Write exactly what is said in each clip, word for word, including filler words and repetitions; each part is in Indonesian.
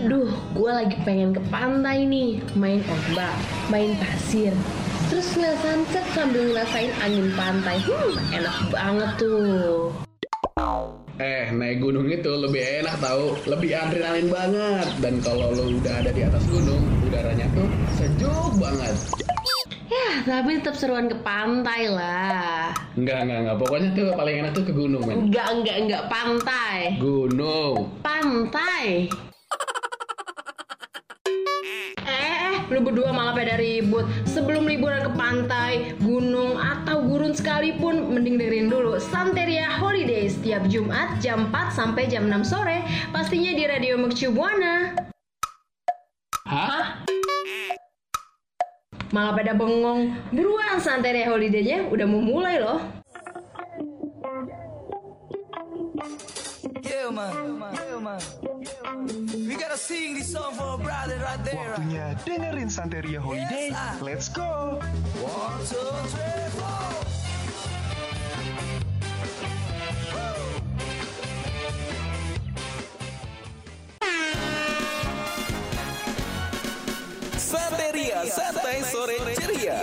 Duh, gue lagi pengen ke pantai nih, main ombak, main pasir, terus ngeliat sunset sambil ngerasain angin pantai. Hmm, enak banget tuh. Eh, naik gunung itu lebih enak tahu, lebih adrenalin banget. Dan kalau lo udah ada di atas gunung, udaranya tuh sejuk banget. Ya, tapi tetap seruan ke pantai lah. Enggak, enggak, enggak. Pokoknya tuh paling enak tuh ke gunung, men. Enggak, enggak, enggak, pantai. Gunung. Pantai. Eh, lu berdua malah pada ribut. Sebelum liburan ke pantai, gunung, atau gurun sekalipun, mending dengerin dulu Santeria Holiday setiap Jumat jam empat sampai jam enam sore. Pastinya di Radio Mercu Buana. Hah? Malah pada bengong. Buruan, Santeria Holiday-nya udah mau mulai loh. Yeah, man. Yeah, man. We gotta sing this song for a brother right there. Waktunya dengerin Santeria Holiday. Yes, Let's go. One, two, three, four. Santeria, santai sore ceria.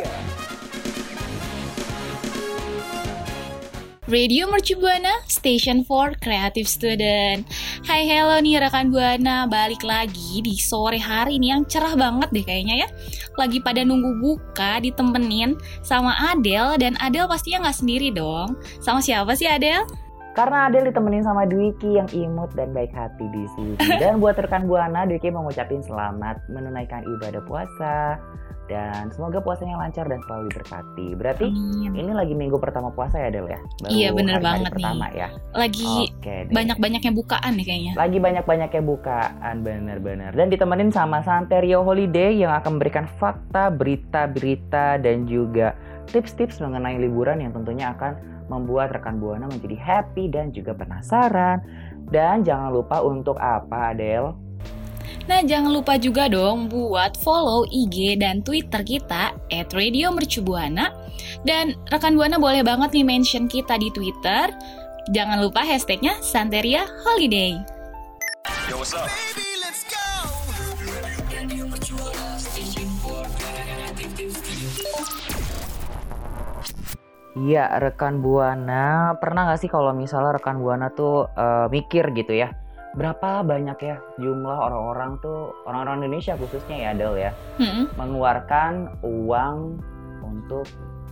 Radio Mercu Buana, Station for Creative Student. Hai, hello nih rekan Buana, balik lagi di sore hari ini yang cerah banget deh kayaknya ya. Lagi pada nunggu buka ditemenin sama Adel, dan Adel pastinya nggak sendiri dong. Sama siapa sih Adel? Karena Adel ditemenin sama Dwiki yang imut dan baik hati di sini. Dan buat rekan Buana, Dwiki mau ngucapin selamat menunaikan ibadah puasa. Dan semoga puasanya lancar dan selalu diberkati. Berarti Amin. Ini lagi minggu pertama puasa ya Del ya? Baru Iya bener hari-hari banget pertama nih ya? Lagi Oke, banyak-banyaknya bukaan nih kayaknya. Lagi banyak-banyaknya bukaan, bener-bener. Dan ditemenin sama Santeria Holiday yang akan memberikan fakta, berita-berita, dan juga tips-tips mengenai liburan yang tentunya akan membuat rekan Buana menjadi happy dan juga penasaran. Dan jangan lupa untuk apa Adel? Nah, jangan lupa juga dong buat follow I G dan Twitter kita at Radio Mercu Buana. Dan rekan Buana boleh banget nih mention kita di Twitter. Jangan lupa hashtagnya Santeria Holiday. Yo, what's up? Baby, let's go. Iya, rekan Buana, pernah gak sih kalau misalnya rekan Buana tuh uh, mikir gitu ya, berapa banyak ya jumlah orang-orang tuh, orang-orang Indonesia khususnya ya Del ya, Hmm. mengeluarkan uang untuk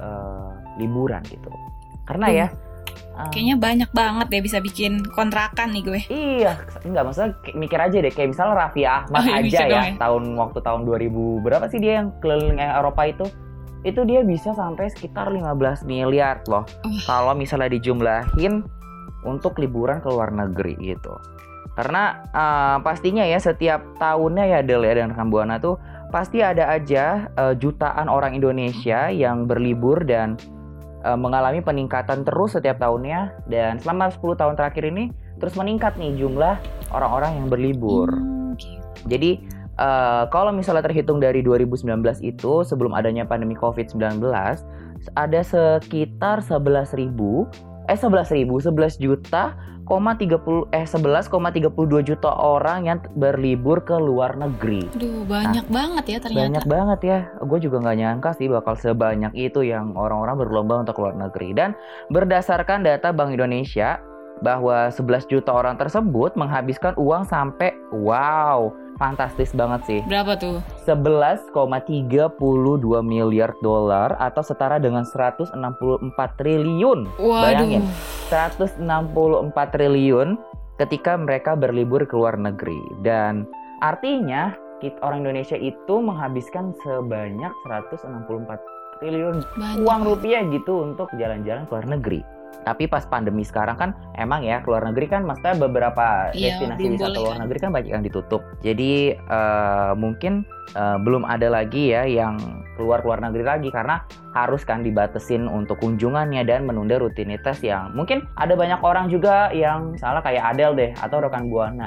uh, liburan gitu. Karena Duh, ya, uh, Kayaknya banyak banget deh bisa bikin kontrakan nih gue. iya, enggak maksudnya kayak mikir aja deh, kayak misalnya Raffi Ahmad Oh, iya, aja mikir ya, dong ya. tahun waktu tahun dua ribu berapa sih dia yang keliling Eropa itu, itu dia bisa sampai sekitar lima belas miliar loh. Uh. Kalau misalnya dijumlahin untuk liburan ke luar negeri gitu. Karena uh, pastinya ya setiap tahunnya ya Del ya dan rekan Buana tuh pasti ada aja uh, jutaan orang Indonesia yang berlibur dan uh, mengalami peningkatan terus setiap tahunnya. Dan selama sepuluh tahun terakhir ini terus meningkat nih jumlah orang-orang yang berlibur. Hmm, gitu. Jadi uh, kalau misalnya terhitung dari dua ribu sembilan belas itu sebelum adanya pandemi covid sembilan belas ada sekitar sebelas ribu eh sebelas ribu sebelas juta koma tiga puluh eh sebelas koma tiga puluh dua juta orang yang berlibur ke luar negeri. Aduh, banyak Nah, banget ya ternyata. Banyak banget ya. Gue juga nggak nyangka sih bakal sebanyak itu yang orang-orang berlomba untuk keluar negeri. Dan berdasarkan data Bank Indonesia bahwa sebelas juta orang tersebut menghabiskan uang sampai wow, fantastis banget sih. Berapa tuh? sebelas koma tiga puluh dua miliar dolar atau setara dengan seratus enam puluh empat triliun. Waduh. Bayangin, seratus enam puluh empat triliun ketika mereka berlibur ke luar negeri. Dan artinya kita, orang Indonesia itu menghabiskan sebanyak seratus enam puluh empat triliun Banyak. uang rupiah gitu untuk jalan-jalan ke luar negeri. Tapi pas pandemi sekarang kan emang ya keluar negeri kan maksudnya beberapa Iya, destinasi belum wisata boleh luar kan. negeri kan banyak yang ditutup. Jadi uh, mungkin uh, belum ada lagi ya yang keluar keluar negeri lagi karena harus kan dibatesin untuk kunjungannya dan menunda rutinitas yang mungkin ada banyak orang juga yang salah kayak Adel deh atau rekan Buana.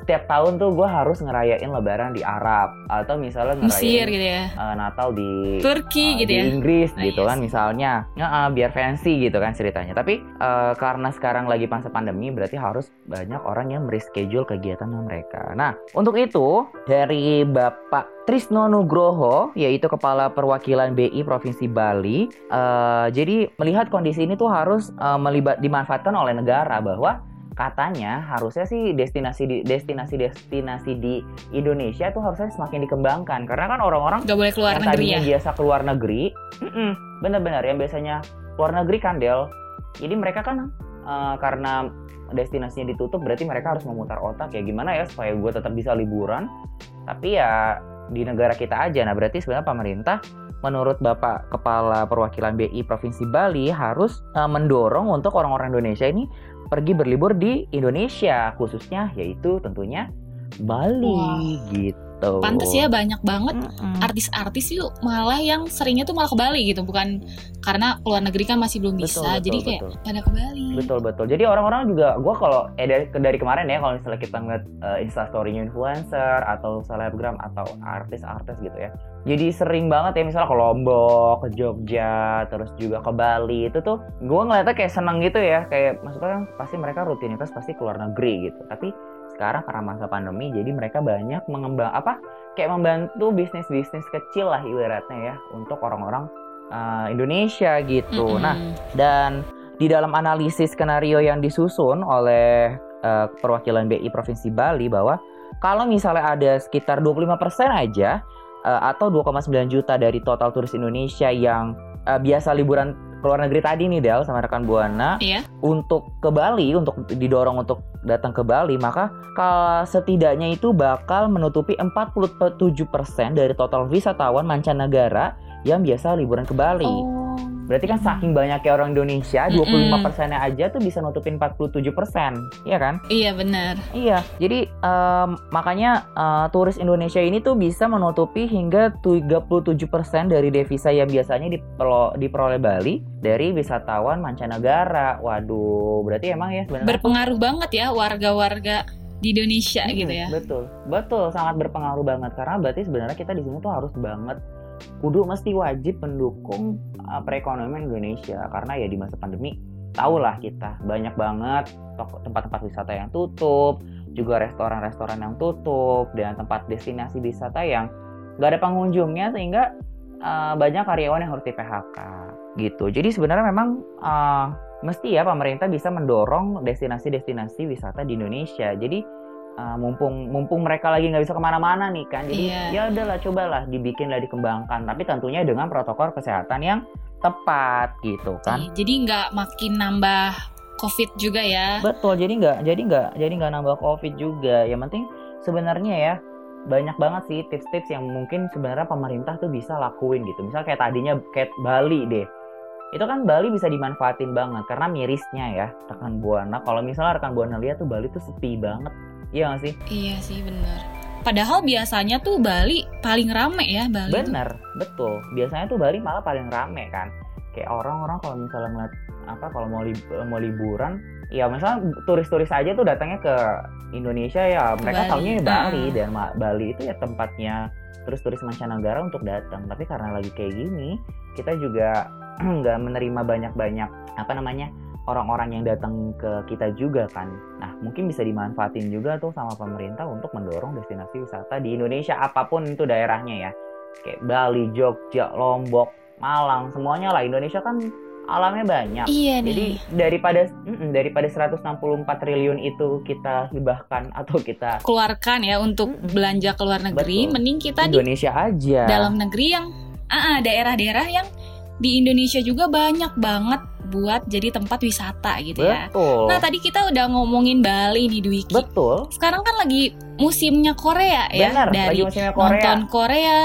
setiap tahun tuh gue harus ngerayain Lebaran di Arab atau misalnya ngerayain Mesir gitu ya. uh, Natal di Turki uh, gitu di ya. Inggris Oh, gitu iya kan sih. misalnya, uh, biar fancy gitu kan ceritanya. Tapi uh, karena sekarang lagi masa pandemi, berarti harus banyak orang yang mereschedule kegiatan mereka. Nah, untuk itu dari Bapak Trisno Nugroho, yaitu Kepala Perwakilan B I Provinsi Bali, uh, jadi melihat kondisi ini tuh harus uh, melibat dimanfaatkan oleh negara, bahwa katanya harusnya sih destinasi di destinasi destinasi di Indonesia tuh harusnya semakin dikembangkan, karena kan orang-orang Gak boleh keluar yang negeri tadinya ya. biasa keluar negeri, mm-mm, bener-bener yang biasanya keluar negeri kan Del, jadi mereka kan uh, karena destinasinya ditutup, berarti mereka harus memutar otak ya gimana ya supaya gue tetap bisa liburan tapi ya di negara kita aja. Nah, berarti sebenarnya pemerintah menurut Bapak Kepala Perwakilan B I Provinsi Bali harus uh, mendorong untuk orang-orang Indonesia ini pergi berlibur di Indonesia, khususnya yaitu tentunya Bali. Wah. Gitu. Pantes ya, banyak banget Mm-mm. artis-artis yuk malah yang seringnya tuh malah ke Bali gitu, bukan karena keluar negeri kan masih belum Betul, bisa, betul, jadi kayak betul. pada ke Bali. Betul betul. Jadi orang-orang juga, gue kalau eh dari dari kemarin ya, kalau misalnya kita ngeliat uh, instastory influencer atau selebgram atau artis-artis gitu ya, jadi sering banget ya misalnya ke Lombok, ke Jogja, terus juga ke Bali, itu tuh gue ngeliatnya kayak seneng gitu ya, kayak maksudnya kan pasti mereka rutinitas pasti keluar negeri gitu. Tapi sekarang karena masa pandemi, jadi mereka banyak mengembang apa kayak membantu bisnis-bisnis kecil lah ibaratnya ya untuk orang-orang uh, Indonesia gitu. Mm-mm. Nah, dan di dalam analisis skenario yang disusun oleh uh, perwakilan B I Provinsi Bali, bahwa kalau misalnya ada sekitar dua puluh lima persen aja uh, atau dua koma sembilan juta dari total turis Indonesia yang uh, biasa liburan ke luar negeri tadi nih Del sama rekan Buana, Iya. untuk ke Bali, untuk didorong untuk datang ke Bali, maka kalau setidaknya itu bakal menutupi empat puluh tujuh persen dari total wisatawan mancanegara yang biasa liburan ke Bali. Oh. Berarti kan saking banyaknya orang Indonesia, dua puluh lima persennya aja tuh bisa nutupin empat puluh tujuh persen. Iya kan? Iya benar. Iya. Jadi um, makanya uh, turis Indonesia ini tuh bisa menutupi hingga tiga puluh tujuh persen dari devisa yang biasanya dipero- diperoleh Bali dari wisatawan mancanegara. Waduh, berarti emang ya sebenarnya Berpengaruh banget ya warga-warga di Indonesia Hmm, gitu ya. Betul, betul, sangat berpengaruh banget, karena berarti sebenarnya kita di sini tuh harus banget kudu mesti wajib mendukung uh, perekonomian Indonesia, karena ya di masa pandemi tahulah kita banyak banget toko, tempat-tempat wisata yang tutup, juga restoran-restoran yang tutup, dan tempat destinasi wisata yang nggak ada pengunjungnya, sehingga uh, banyak karyawan yang harus di P H K gitu. Jadi sebenarnya memang uh, mesti ya pemerintah bisa mendorong destinasi-destinasi wisata di Indonesia. Jadi uh, mumpung mumpung mereka lagi nggak bisa kemana-mana nih kan, jadi Iya. ya udahlah cobalah dibikinlah dikembangkan, tapi tentunya dengan protokol kesehatan yang tepat gitu kan. Iya, jadi nggak makin nambah COVID juga ya. Betul, jadi nggak jadi nggak jadi nggak nambah COVID juga. Yang penting sebenarnya ya banyak banget sih tips-tips yang mungkin sebenarnya pemerintah tuh bisa lakuin gitu. Misal kayak tadinya kayak Bali deh. Itu kan Bali bisa dimanfaatin banget karena mirisnya ya rekan Buana. Kalau misalnya rekan Buana lihat tuh Bali tuh sepi banget. Iya nggak sih? Iya sih benar. Padahal biasanya tuh Bali paling rame ya Bali. tuh. Bener, betul. Biasanya tuh Bali malah paling rame kan. Kayak orang-orang kalau misalnya ngeliat apa kalau mau lib- mau liburan, ya misalnya turis-turis aja tuh datangnya ke Indonesia ya, mereka Bali. taunya ya Bali, Ah. dan ma- Bali itu ya tempatnya turis-turis mancanegara untuk datang. Tapi karena lagi kayak gini, kita juga nggak menerima banyak-banyak apa namanya orang-orang yang datang ke kita juga kan. Nah, mungkin bisa dimanfaatin juga tuh sama pemerintah untuk mendorong destinasi wisata di Indonesia apapun itu daerahnya ya. Kayak Bali, Jogja, Lombok, Malang, semuanya lah. Indonesia kan alamnya banyak. Iya Jadi nih. daripada mm-mm, daripada seratus enam puluh empat triliun itu kita hibahkan atau kita Keluarkan ya untuk Mm-mm. belanja ke luar negeri, Betul. mending kita di Indonesia aja. dalam negeri yang ah ah, daerah-daerah yang di Indonesia juga banyak banget buat jadi tempat wisata gitu ya. Betul. Nah tadi kita udah ngomongin Bali nih Dwiki. Betul. Sekarang kan lagi musimnya Korea ya. Benar, Dari lagi musimnya Korea. nonton Korea,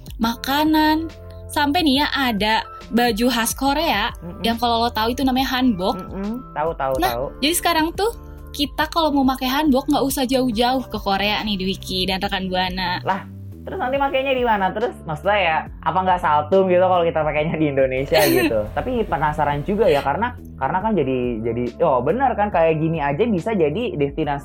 makanan, sampai nih ya ada baju khas Korea Mm-mm. yang kalau lo tahu itu namanya hanbok. Mm-mm. Tahu tahu Nah, tahu. Jadi sekarang tuh kita kalau mau pakai hanbok nggak usah jauh-jauh ke Korea nih Dwiki dan rekan Buana. Terus nanti makainya di mana? Terus maksudnya ya apa nggak saltum gitu kalau kita pakainya di Indonesia gitu. Tapi penasaran juga ya karena karena kan jadi jadi oh benar kan kayak gini aja bisa jadi destinasi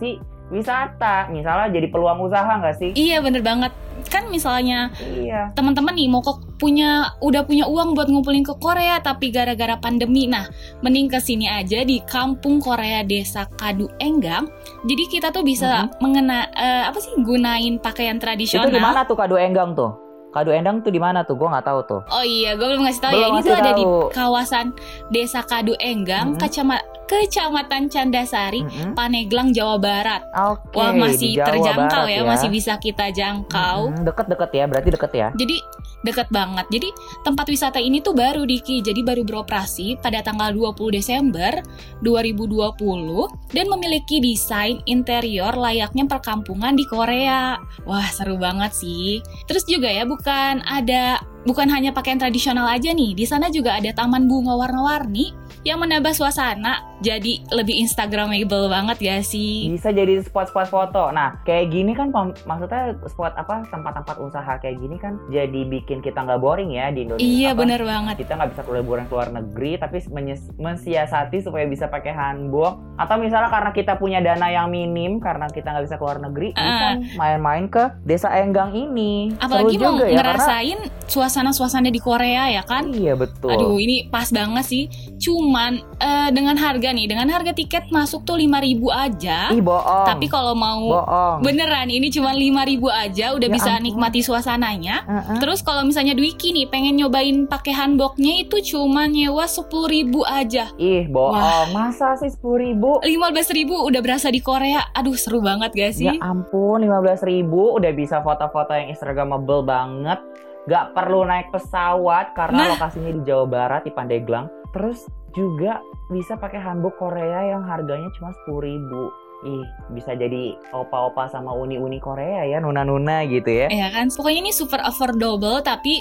wisata. Misalnya jadi peluang usaha nggak sih? Iya bener banget. Kan misalnya Iya. teman-teman nih mau ke punya udah punya uang buat ngumpulin ke Korea tapi gara-gara pandemi, nah mending kesini aja di Kampung Korea Desa Kadu Enggang. Jadi kita tuh bisa Mhm. mengena eh, apa sih gunain pakaian Itu tradisional. di mana tuh Kadu Enggang tuh? Kadu Enggang tuh di mana tuh? Gue nggak tahu tuh. Oh iya, gue belum ngasih tahu ya. Belum Ini ngasih tuh ada di tahu. kawasan Desa Kadu Enggang, Mhm. Kecama- Kecamatan Candasari, Mhm. Paneglang, Jawa Barat. Oke. Wah, masih di Jawa terjangkau Barat ya, masih bisa kita jangkau. Mhm, deket-deket ya, berarti deket ya. Jadi deket banget. Jadi tempat wisata ini tuh baru Diki. Jadi baru beroperasi pada tanggal dua puluh Desember dua ribu dua puluh dan memiliki desain interior layaknya perkampungan di Korea. Wah, seru banget sih. Terus juga ya bukan ada bukan hanya pakaian tradisional aja nih. Di sana juga ada taman bunga warna-warni yang menambah suasana jadi lebih instagramable banget gak sih? Bisa jadi spot-spot foto. Nah, kayak gini kan pem- maksudnya spot apa tempat-tempat usaha kayak gini kan jadi bikin kita nggak boring ya di Indonesia. Iya, Apa, bener banget. Kita nggak bisa liburan ke luar negeri tapi menyes- mensiasati supaya bisa pakai hanbok. Atau misalnya karena kita punya dana yang minim karena kita nggak bisa ke luar negeri, Ah. bisa main-main ke Desa Enggang ini. Apalagi Seru mau juga ya, ngerasain suasana-suasana di Korea ya kan? karena- Iya betul. Aduh, ini pas banget sih. Cuman eh, dengan harga nih, dengan harga tiket masuk tuh lima ribu aja. Ih bohong. Tapi kalau mau bohong. beneran ini cuma lima ribu aja udah Ya bisa ampun. nikmati suasananya. Uh-uh. Terus kalau misalnya Dwiki nih pengen nyobain pakai hanboknya itu cuma nyewa sepuluh ribu aja. Ih bohong. Wah. Masa sih sepuluh ribu? lima belas ribu udah berasa di Korea. Aduh, seru banget gak sih? Ya ampun, lima belas ribu udah bisa foto-foto yang instagramable banget. Gak perlu naik pesawat karena Nah. lokasinya di Jawa Barat, di Pandeglang. Terus juga bisa pakai hanbok Korea yang harganya cuma sepuluh ribu. Ih, bisa jadi opa-opa sama uni-uni Korea ya, nuna-nuna gitu ya. Ya kan? Pokoknya ini super affordable tapi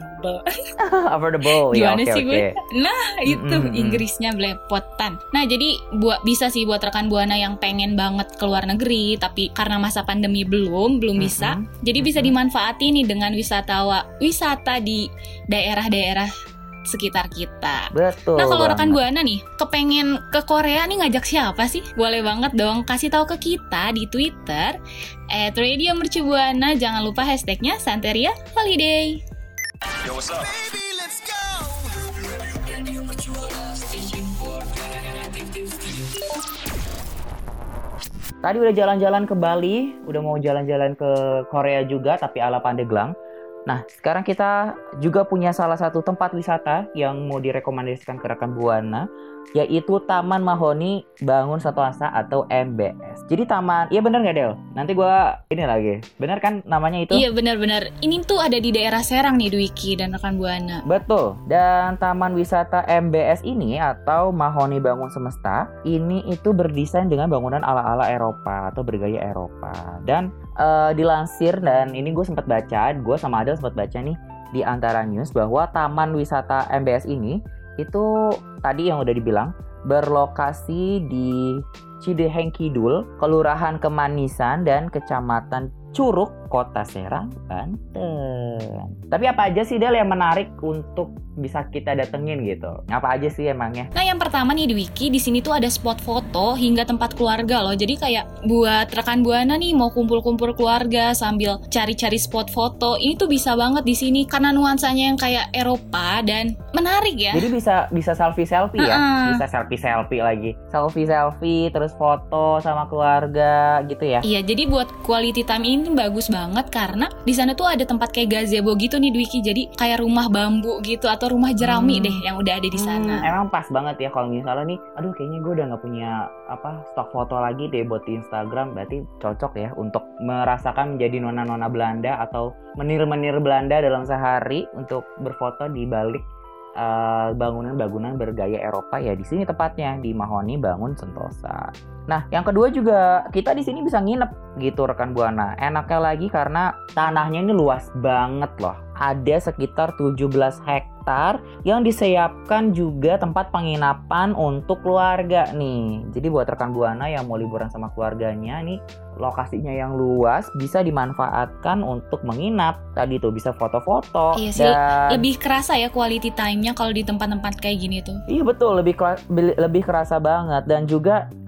Affordable ya, gimana oke sih oke. gue? Nah, itu Mm-mm-mm. Inggrisnya belepotan. Nah, jadi buat bisa sih buat rekan Buana yang pengen banget ke luar negeri tapi karena masa pandemi belum, belum bisa. Mm-mm. Jadi bisa dimanfaati nih dengan wisata wisata di daerah-daerah sekitar kita. Betul. Nah, kalau rekan banget. Buana nih kepengen ke Korea nih ngajak siapa sih? Boleh banget dong kasih tahu ke kita di Twitter at radio mercubuana. Jangan lupa hashtagnya Santeria Holiday. Yo, what's up? Baby, let's go. Tadi udah jalan-jalan ke Bali, udah mau jalan-jalan ke Korea juga, tapi ala Pandeglang. Nah, sekarang kita juga punya salah satu tempat wisata yang mau direkomendasikan ke rekan Buana, yaitu Taman Mahoni Bangun Sentosa atau M B S. Jadi taman, iya bener nggak Del? Nanti gua ini lagi, bener kan namanya itu? Iya benar-benar. Ini tuh ada di daerah Serang nih Dwiki dan rekan Buana. Betul. Dan Taman Wisata M B S ini atau Mahoni Bangun Semesta ini itu berdesain dengan bangunan ala-ala Eropa atau bergaya Eropa. Dan eh, dilansir dan ini gue sempat baca, gue sama Adel sempat baca nih di antara news bahwa Taman Wisata M B S ini itu tadi yang udah dibilang berlokasi di Cideheng Kidul, Kelurahan Kemanisan dan Kecamatan Curug, Kota Serang, Banten. Tapi apa aja sih Del yang menarik untuk bisa kita datengin gitu? Apa aja sih emangnya? Nah, yang pertama nih di Wiki, di sini tuh ada spot foto hingga tempat keluarga loh. Jadi kayak buat rekan Buana nih mau kumpul-kumpul keluarga sambil cari-cari spot foto, ini tuh bisa banget di sini karena nuansanya yang kayak Eropa dan menarik ya. Jadi bisa bisa selfie selfie ya, Uh-uh. bisa selfie selfie lagi, selfie selfie terus foto sama keluarga gitu ya. Iya, jadi buat quality time ini bagus banget karena di sana tuh ada tempat kayak gazebo gitu nih Dwiki. Jadi kayak rumah bambu gitu atau rumah jerami Hmm. deh yang udah ada di sana. Hmm, emang pas banget ya kalau misalnya nih, aduh kayaknya gue udah nggak punya apa stok foto lagi deh buat di Instagram, berarti cocok ya untuk merasakan menjadi nona-nona Belanda atau menir-menir Belanda dalam sehari untuk berfoto di balik uh, bangunan-bangunan bergaya Eropa ya. Di sini tepatnya di Mahoni Bangun Sentosa. Nah, yang kedua juga kita di sini bisa nginep gitu rekan Buana. Enaknya lagi karena tanahnya ini luas banget loh. Ada sekitar tujuh belas hektar yang disiapkan juga tempat penginapan untuk keluarga nih. Jadi buat rekan Buana yang mau liburan sama keluarganya nih, lokasinya yang luas bisa dimanfaatkan untuk menginap. Tadi tuh bisa foto-foto. Iya sih, dan lebih kerasa ya quality time-nya kalau di tempat-tempat kayak gini tuh. iya betul, lebih kela- be- lebih kerasa banget. Dan juga eh,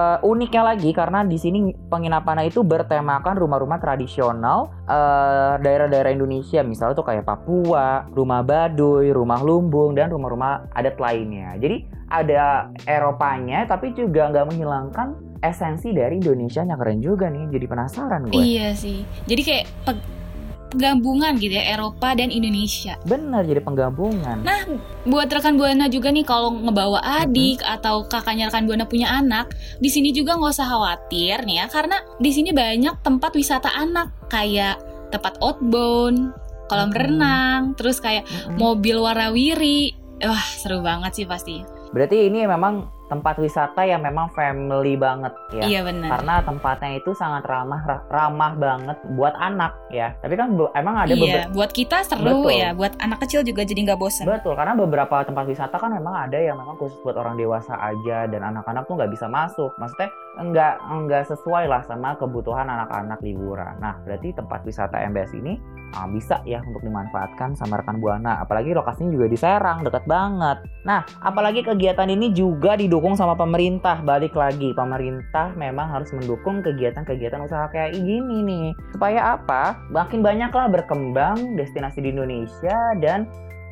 uh, uniknya lagi karena di sini penginapannya itu bertemakan rumah-rumah tradisional uh, daerah-daerah Indonesia, misalnya tuh kayak Papua, rumah Baduy, rumah Lumbung, dan rumah-rumah adat lainnya. Jadi ada Eropanya tapi juga nggak menghilangkan esensi dari Indonesianya. Keren juga nih, jadi penasaran gue. Iya sih, jadi kayak pe- penggabungan gitu ya, Eropa dan Indonesia. Bener, jadi penggabungan. Nah, buat rekan Buana juga nih kalau ngebawa adik mm-hmm. atau kakaknya rekan Buana punya anak, di sini juga nggak usah khawatir nih ya, karena di sini banyak tempat wisata anak kayak tempat outbound, kolam mm-hmm. renang, terus kayak mm-hmm. mobil warawiri. Wah, seru banget sih pasti. Berarti ini memang tempat wisata yang memang family banget ya. Iya benar. Karena tempatnya itu sangat ramah ramah banget buat anak ya. Tapi kan be- emang ada iya, beberapa. Buat kita seru. Betul. Ya, buat anak kecil juga jadi nggak bosan. Betul, karena beberapa tempat wisata kan memang ada yang memang khusus buat orang dewasa aja dan anak-anak tuh nggak bisa masuk. Maksudnya nggak nggak sesuai lah sama kebutuhan anak-anak liburan. Nah, berarti tempat wisata M B S ini ah, bisa ya untuk dimanfaatkan sama rekan Buana. Apalagi lokasinya juga di Serang, dekat banget. Nah, apalagi kegiatan ini juga didukung sama pemerintah. Balik lagi, pemerintah memang harus mendukung kegiatan-kegiatan usaha kayak gini nih. Supaya apa? Makin banyak lah berkembang destinasi di Indonesia dan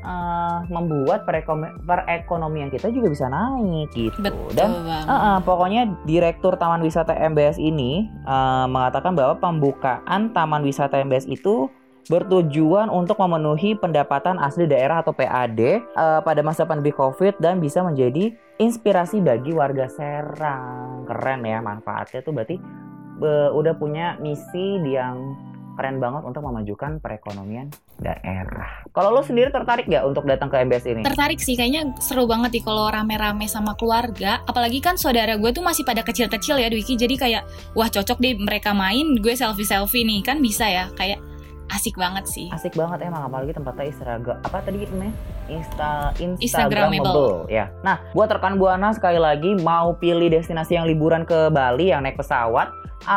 uh, membuat perekom- perekonomian kita juga bisa naik gitu. Betul dan banget. Uh, uh, pokoknya Direktur Taman Wisata M B S ini uh, mengatakan bahwa pembukaan Taman Wisata M B S itu bertujuan untuk memenuhi pendapatan asli daerah atau P A D uh, pada masa pandemi Covid dan bisa menjadi inspirasi bagi warga Serang. Keren ya, manfaatnya tuh berarti uh, udah punya misi yang keren banget untuk memajukan perekonomian daerah. Kalau lo sendiri tertarik gak untuk datang ke M B S ini? Tertarik sih, kayaknya seru banget nih kalau rame-rame sama keluarga. Apalagi kan saudara gue tuh masih pada kecil-kecil ya Dwiki, jadi kayak wah cocok deh mereka main, gue selfie-selfie nih, kan bisa ya, kayak asik banget sih. Asik banget emang, apalagi tempatnya Instagram apa tadi namanya? Insta Instagramable. Instagramable ya. Nah, buat rekan Buana sekali lagi mau pilih destinasi yang liburan ke Bali yang naik pesawat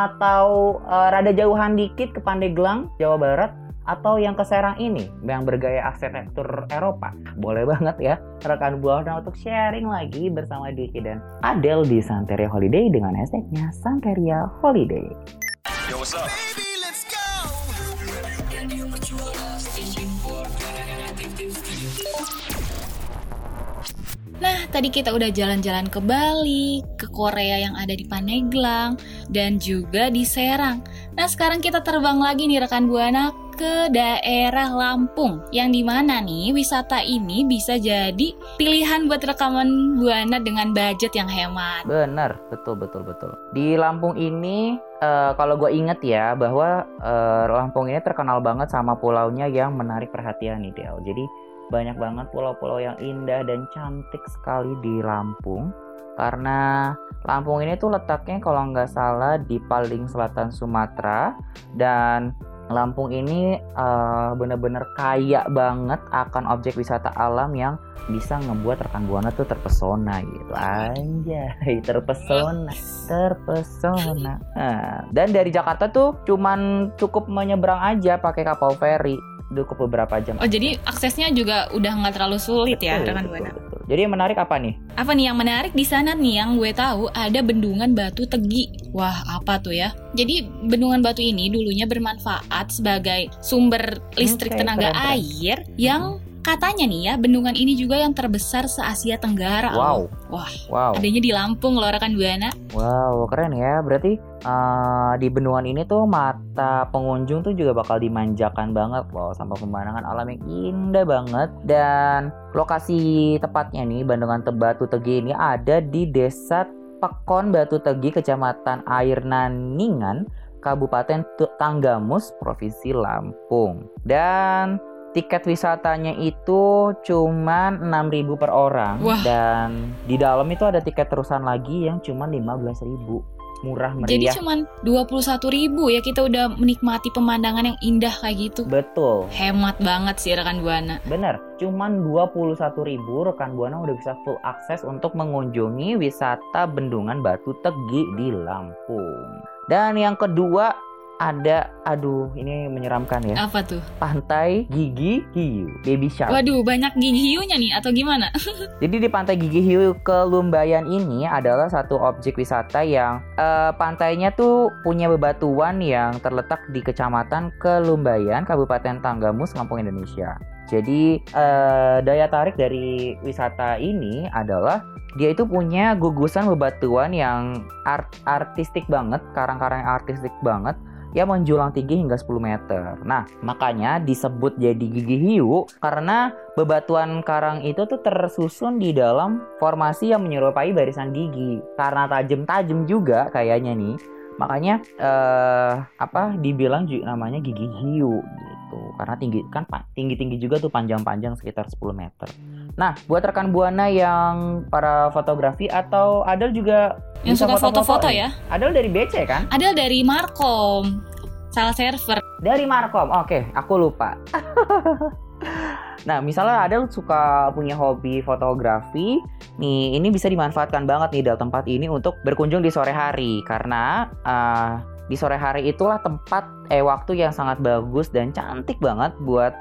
atau uh, rada jauhan dikit ke Pandeglang, Jawa Barat, atau yang ke Serang ini yang bergaya arsitektur Eropa, boleh banget ya rekan Buana untuk sharing lagi bersama Diki dan Adel di Santeria Holiday dengan hashtagnya Santeria Holiday. Yo, what's up? Nah, tadi kita udah jalan-jalan ke Bali, ke Korea yang ada di Pandeglang, dan juga di Serang. Nah, sekarang kita terbang lagi nih rekan Buana ke daerah Lampung, yang dimana nih wisata ini bisa jadi pilihan buat rekaman Buana dengan budget yang hemat. Bener, betul betul betul. Di Lampung ini uh, kalau gue inget ya bahwa uh, Lampung ini terkenal banget sama pulaunya yang menarik perhatian nih Del. Jadi banyak banget pulau-pulau yang indah dan cantik sekali di Lampung. Karena Lampung ini tuh letaknya kalau nggak salah di paling selatan Sumatera. Dan Lampung ini uh, bener-bener kaya banget akan objek wisata alam yang bisa ngebuat rekan Buana tuh terpesona gitu. Anjay, terpesona, terpesona. Nah, dan dari Jakarta tuh cuman cukup menyeberang aja pakai kapal feri. Cukup beberapa jam. Oh, jadi aksesnya juga udah nggak terlalu sulit ya rekan Buana. Jadi yang menarik apa nih? Apa nih yang menarik di sana nih? Yang gue tahu ada bendungan Batu Tegi. Wah, apa tuh ya? Jadi bendungan Batu ini dulunya bermanfaat sebagai sumber listrik okay, tenaga keren, air keren. Yang katanya nih ya, bendungan ini juga yang terbesar se-Asia Tenggara. Wow. Wah, wow. Adanya di Lampung loh rekan Buana. Wow, keren ya. Berarti uh, di bendungan ini tuh mata pengunjung tuh juga bakal dimanjakan banget loh sama pemandangan alam yang indah banget. Dan lokasi tepatnya nih, bendungan Batu Tegi ini ada di Desa Pekon Batu Tegi, Kecamatan Air Naningan, Kabupaten Tanggamus, Provinsi Lampung. Dan tiket wisatanya itu cuman enam ribu per orang. Wah. Dan di dalam itu ada tiket terusan lagi yang cuman lima belas ribu. Murah meriah. Jadi cuman dua puluh satu ribu ya kita udah menikmati pemandangan yang indah kayak gitu. Betul. Hemat banget sih rekan Buana. Bener, cuman dua puluh satu ribu rekan Buana udah bisa full akses untuk mengunjungi wisata Bendungan Batu Tegi di Lampung. Dan yang kedua ada, aduh ini menyeramkan ya. Apa tuh? Pantai Gigi Hiu, Baby Shark. Waduh, banyak gigi hiunya nih atau gimana? Jadi di Pantai Gigi Hiu Kelumbayan ini adalah satu objek wisata yang eh, pantainya tuh punya bebatuan yang terletak di Kecamatan Kelumbayan, Kabupaten Tanggamus, Lampung, Indonesia. Jadi eh, daya tarik dari wisata ini adalah dia itu punya gugusan bebatuan yang art artistik banget, karang-karang yang artistik banget, yang menjulang tinggi hingga sepuluh meter. Nah, makanya disebut jadi gigi hiu karena bebatuan karang itu tuh tersusun di dalam formasi yang menyerupai barisan gigi. Karena tajam-tajam juga kayaknya nih, makanya eh, apa dibilang juga namanya gigi hiu gitu. Karena tinggi kan tinggi-tinggi juga tuh, panjang-panjang sekitar sepuluh meter. Nah, buat rekan Buana yang para fotografi atau Adel juga yang bisa suka foto-foto ya? Adel dari B C kan? Adel dari Markom, salah server. Dari Markom, oke, aku lupa. Nah, misalnya Adel suka punya hobi fotografi, nih ini bisa dimanfaatkan banget nih dalam tempat ini untuk berkunjung di sore hari, karena uh, di sore hari itulah tempat eh waktu yang sangat bagus dan cantik banget buat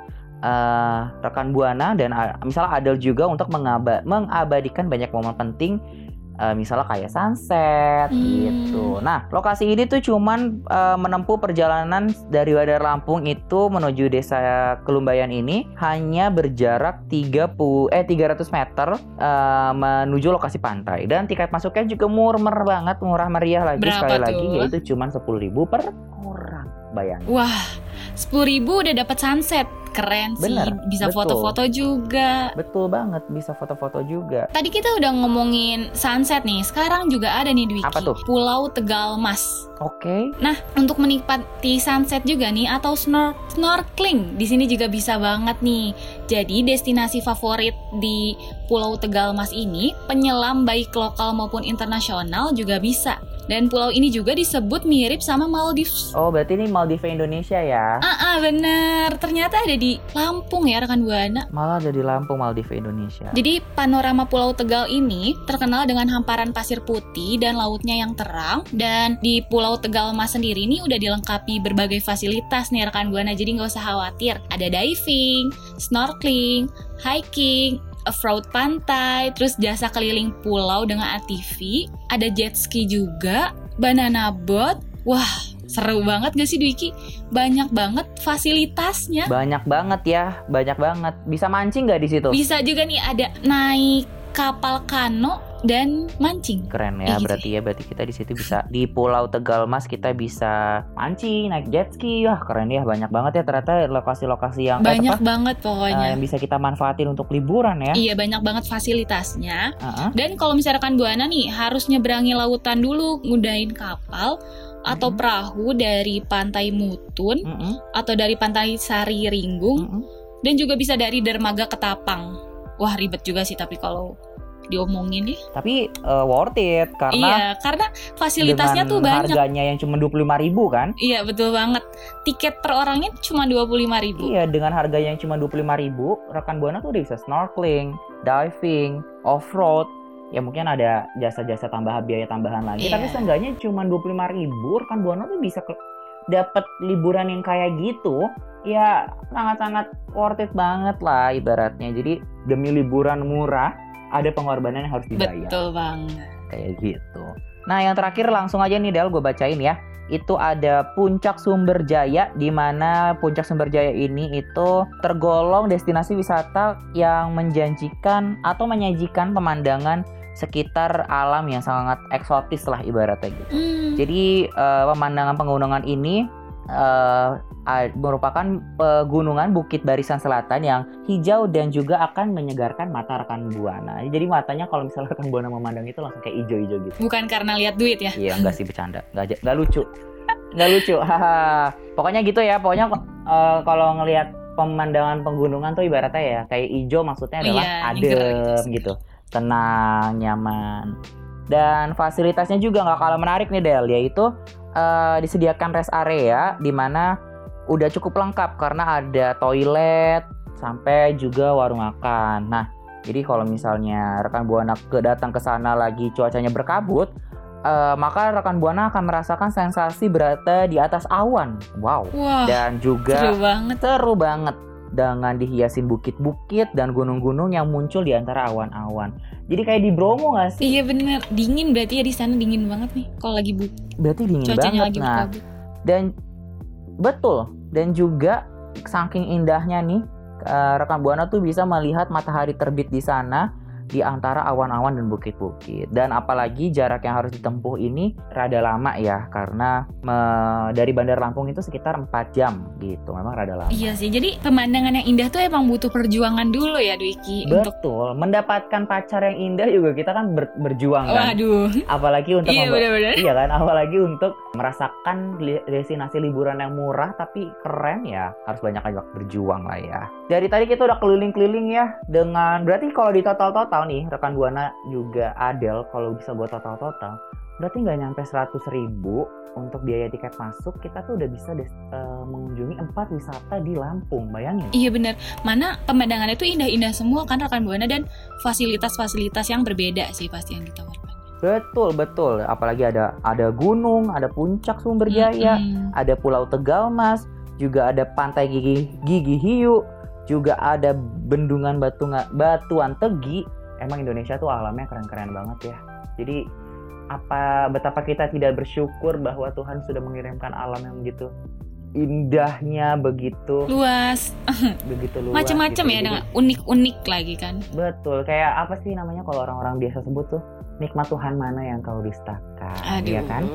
uh, rekan Buana dan uh, misalnya Adel juga untuk mengaba- mengabadikan banyak momen penting. Uh, misalnya kayak sunset hmm. gitu. Nah, lokasi ini tuh cuman uh, menempuh perjalanan dari Bandar Lampung itu menuju desa Kelumbayan ini hanya berjarak tiga puluh eh tiga ratus meter uh, menuju lokasi pantai, dan tiket masuknya juga murah banget, murah meriah lagi. Berapa sekali tuh? lagi yaitu cuman sepuluh ribu per orang. Bayangin. Wah, sepuluh ribu udah dapat sunset. Keren sih, Bener, bisa betul. foto-foto juga. Betul banget, bisa foto-foto juga. Tadi kita udah ngomongin sunset nih, sekarang juga ada nih Dwiki. Apa tuh? Pulau Tegalmas. Oke. Okay. Nah, untuk menikmati sunset juga nih atau snor- snorkeling di sini juga bisa banget nih. Jadi destinasi favorit di Pulau Tegalmas ini, penyelam baik lokal maupun internasional juga bisa. Dan pulau ini juga disebut mirip sama Maldives. Oh, berarti ini Maldives Indonesia ya? Ah, ah bener. Ternyata ada di Lampung ya rekan Buana. Malah ada di Lampung, Maldives Indonesia. Jadi panorama Pulau Tegal ini terkenal dengan hamparan pasir putih dan lautnya yang terang. Dan di Pulau Tegalmas sendiri ini udah dilengkapi berbagai fasilitas nih rekan Buana. Jadi nggak usah khawatir. Ada diving, snorkeling, hiking, off-road pantai, terus jasa keliling pulau dengan A T V, ada jet ski juga, banana boat. Wah, seru banget gak sih Dwiki? Banyak banget fasilitasnya. Banyak banget ya, banyak banget. Bisa mancing gak di situ? Bisa juga nih, ada naik kapal kano dan mancing. Keren ya, eh, berarti gitu. ya berarti kita di situ bisa di Pulau Tegalmas kita bisa mancing, naik jet ski. Wah, keren ya, banyak banget ya ternyata lokasi-lokasi yang banyak eh, apa, banget pokoknya uh, yang bisa kita manfaatin untuk liburan ya. Iya, banyak banget fasilitasnya. Uh-huh. Dan kalau misalkan Buana nih harus nyeberangi lautan dulu, ngudahin kapal atau Mm-hmm. perahu dari Pantai Mutun Mm-hmm. atau dari Pantai Sari Ringgung, Mm-hmm. dan juga bisa dari dermaga Ketapang. Wah, ribet juga sih tapi kalau diomongin ya. Tapi uh, worth it karena Iya, karena fasilitasnya tuh banyak. harganya yang cuma dua puluh lima ribu kan? Iya, betul banget. Tiket per orangnya cuma dua puluh lima ribu. Iya, dengan harga yang cuma dua puluh lima ribu, rekan Buana tuh udah bisa snorkeling, diving, off-road. Ya mungkin ada jasa-jasa tambahan, biaya tambahan lagi. Iya. Tapi seenggaknya cuma dua puluh lima ribu, rekan Buana tuh bisa ke- dapat liburan yang kayak gitu. Ya sangat-sangat worth it banget lah ibaratnya. Jadi demi liburan murah, ada pengorbanan yang harus dibayar. Betul banget. Kayak gitu. Nah, yang terakhir langsung aja nih Del, gue bacain ya. Itu ada Puncak Sumber Jaya, di mana Puncak Sumber Jaya ini itu tergolong destinasi wisata yang menjanjikan atau menyajikan pemandangan sekitar alam yang sangat eksotis lah ibaratnya gitu. Hmm. Jadi uh, pemandangan pegunungan ini uh, merupakan pegunungan Bukit Barisan Selatan yang hijau dan juga akan menyegarkan mata rekan Buana. Jadi matanya kalau misalnya rekan Buana memandang itu langsung kayak hijau-hijau gitu. Bukan karena lihat duit ya? Iya, enggak sih, bercanda. Enggak, enggak lucu. Enggak lucu. Haha. Pokoknya gitu ya. Pokoknya uh, kalau ngelihat pemandangan pegunungan tuh ibaratnya ya kayak hijau, maksudnya adalah Iya, adem gitu. Tenang, nyaman. Dan fasilitasnya juga nggak kalah menarik nih Del, yaitu uh, disediakan rest area di mana udah cukup lengkap karena ada toilet sampai juga warung makan. Nah, jadi kalau misalnya rekan Buana ke datang ke sana lagi cuacanya berkabut, uh, maka rekan Buana akan merasakan sensasi berada di atas awan. Wow. Wah, Dan juga seru banget. seru banget dengan dihiasin bukit-bukit dan gunung-gunung yang muncul di antara awan-awan. Jadi kayak di Bromo nggak sih? Iya bener, dingin berarti ya di sana dingin banget nih kalau lagi bu Berarti dingin cuacanya banget. lagi Nah, berkabut. dan betul. Dan juga saking indahnya nih, uh, rekan Buana tuh bisa melihat matahari terbit di sana di antara awan-awan dan bukit-bukit. Dan apalagi jarak yang harus ditempuh ini rada lama ya, karena me- dari Bandar Lampung itu sekitar empat jam gitu. Memang rada lama. Iya sih, jadi pemandangan yang indah tuh emang butuh perjuangan dulu ya Dwiki untuk Betul, mendapatkan pacar yang indah juga kita kan ber- berjuang kan. waduh. Apalagi untuk Iya memba- benar-benar. Iya kan, apalagi untuk merasakan li- destinasi liburan yang murah tapi keren ya, harus banyak-banyak berjuang lah ya. Dari tadi kita udah keliling-keliling ya dengan, berarti kalau di total-total nih, rekan Buana juga Adel, kalau bisa gue total-total, berarti nggak nyampe seratus ribu untuk biaya tiket masuk, kita tuh udah bisa des- uh, mengunjungi empat wisata di Lampung, bayangin. Iya benar. Mana pemandangannya tuh indah-indah semua kan rekan Buana, dan fasilitas-fasilitas yang berbeda sih pasti yang ditawarkan. Betul, betul. Apalagi ada ada gunung, ada puncak Sumber Jaya, Mm-mm. ada Pulau Tegalmas, juga ada Pantai Gigi, Gigi Hiu, juga ada Bendungan Batu, Batuan Tegi. Emang Indonesia tuh alamnya keren-keren banget ya. Jadi apa betapa kita tidak bersyukur bahwa Tuhan sudah mengirimkan alam yang begitu indahnya, begitu Luas, begitu luas. macam-macam gitu. ya, Jadi, dengan unik-unik lagi kan. betul, kayak apa sih namanya kalau orang-orang biasa sebut tuh, nikmat Tuhan mana yang kau dustakan, Aduh. ya kan?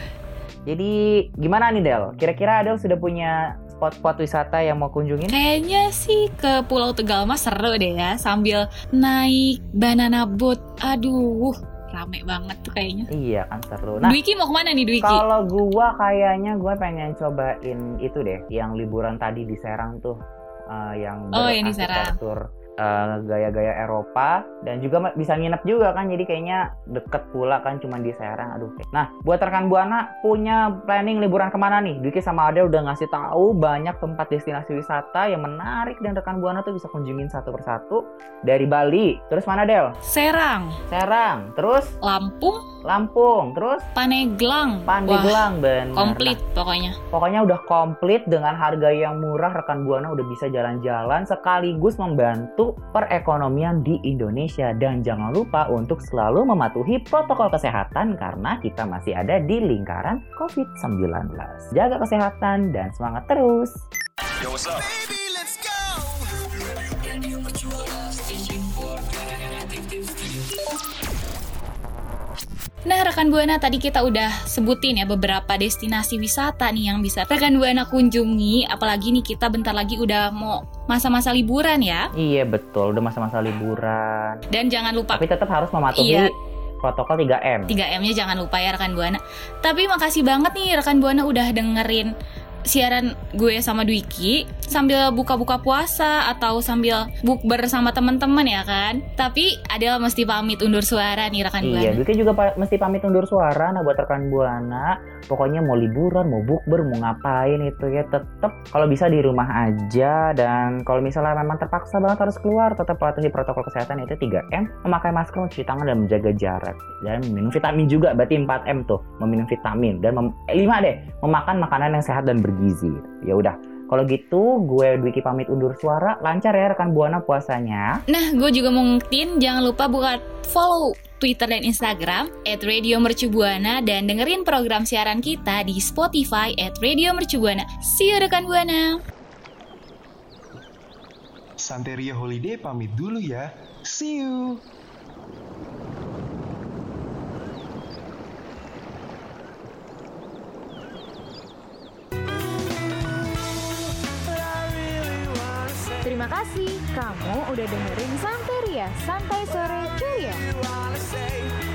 Jadi gimana nih Del? Kira-kira Adel sudah punya spot-spot wisata yang mau kunjungin? Kayaknya sih ke Pulau Tegalmas seru deh ya, sambil naik banana boat. Aduh, rame banget tuh kayaknya. Iya kan, seru. Nah, Dwiki mau kemana nih Dwiki? kalau gua kayaknya gua pengen cobain itu deh, yang liburan tadi di Serang tuh, uh, yang Oh, yang di Serang. berarsitektur uh, gaya-gaya Eropa, dan juga ma- bisa nginep juga kan, jadi kayaknya deket pula kan, cuma di Serang. Aduh. Nah, buat rekan Buana punya planning liburan kemana nih? Dwiki sama Adel udah ngasih tahu banyak tempat destinasi wisata yang menarik dan rekan Buana tuh bisa kunjungin satu persatu. Dari Bali, terus mana Del? Serang, Serang, terus Lampung, Lampung, terus Pandeglang. Wah, Pandeglang, bener. komplit pokoknya. Pokoknya udah komplit dengan harga yang murah, rekan Buana udah bisa jalan-jalan sekaligus membantu perekonomian di Indonesia. Dan jangan lupa untuk selalu mematuhi protokol kesehatan karena kita masih ada di lingkaran covid sembilan belas. Jaga kesehatan dan semangat terus. Yo, what's up? Baby, let's go. Nah rekan Buana, tadi kita udah sebutin ya beberapa destinasi wisata nih yang bisa rekan Buana kunjungi. Apalagi nih kita bentar lagi udah mau masa-masa liburan ya. Iya betul, udah masa-masa liburan. Dan jangan lupa Tapi tetap harus mematuhi Iya. protokol tiga M. tiga M-nya jangan lupa ya rekan Buana. Tapi makasih banget nih rekan Buana udah dengerin siaran gue sama Dwiki sambil buka-buka puasa atau sambil bukber sama teman-teman ya kan. Tapi Adel mesti pamit undur suara nih rekan Iya, Buana. Dwiki juga pa- mesti pamit undur suara. Nah buat rekan Buana, pokoknya mau liburan, mau bukber, mau ngapain itu ya, tetap kalau bisa di rumah aja. Dan kalau misalnya memang terpaksa banget harus keluar, tetap patuhi protokol kesehatan yaitu tiga M, memakai masker, mencuci tangan, dan menjaga jarak. Dan minum vitamin juga, berarti empat M tuh, meminum vitamin. Dan mem- eh, lima deh, memakan makanan yang sehat dan bergizi. Ya udah, kalau gitu gue Dwiki pamit undur suara. Lancar ya rekan Buana puasanya. Nah, gue juga mau ngingetin jangan lupa buat follow Twitter dan Instagram at Radio Mercubuana dan dengerin program siaran kita di Spotify at Radio Mercubuana. See you rekan Buana. Santeria Holiday pamit dulu ya. See you. Terima kasih, kamu udah dengerin Santeria, Santai Sore Ceria. Wanna say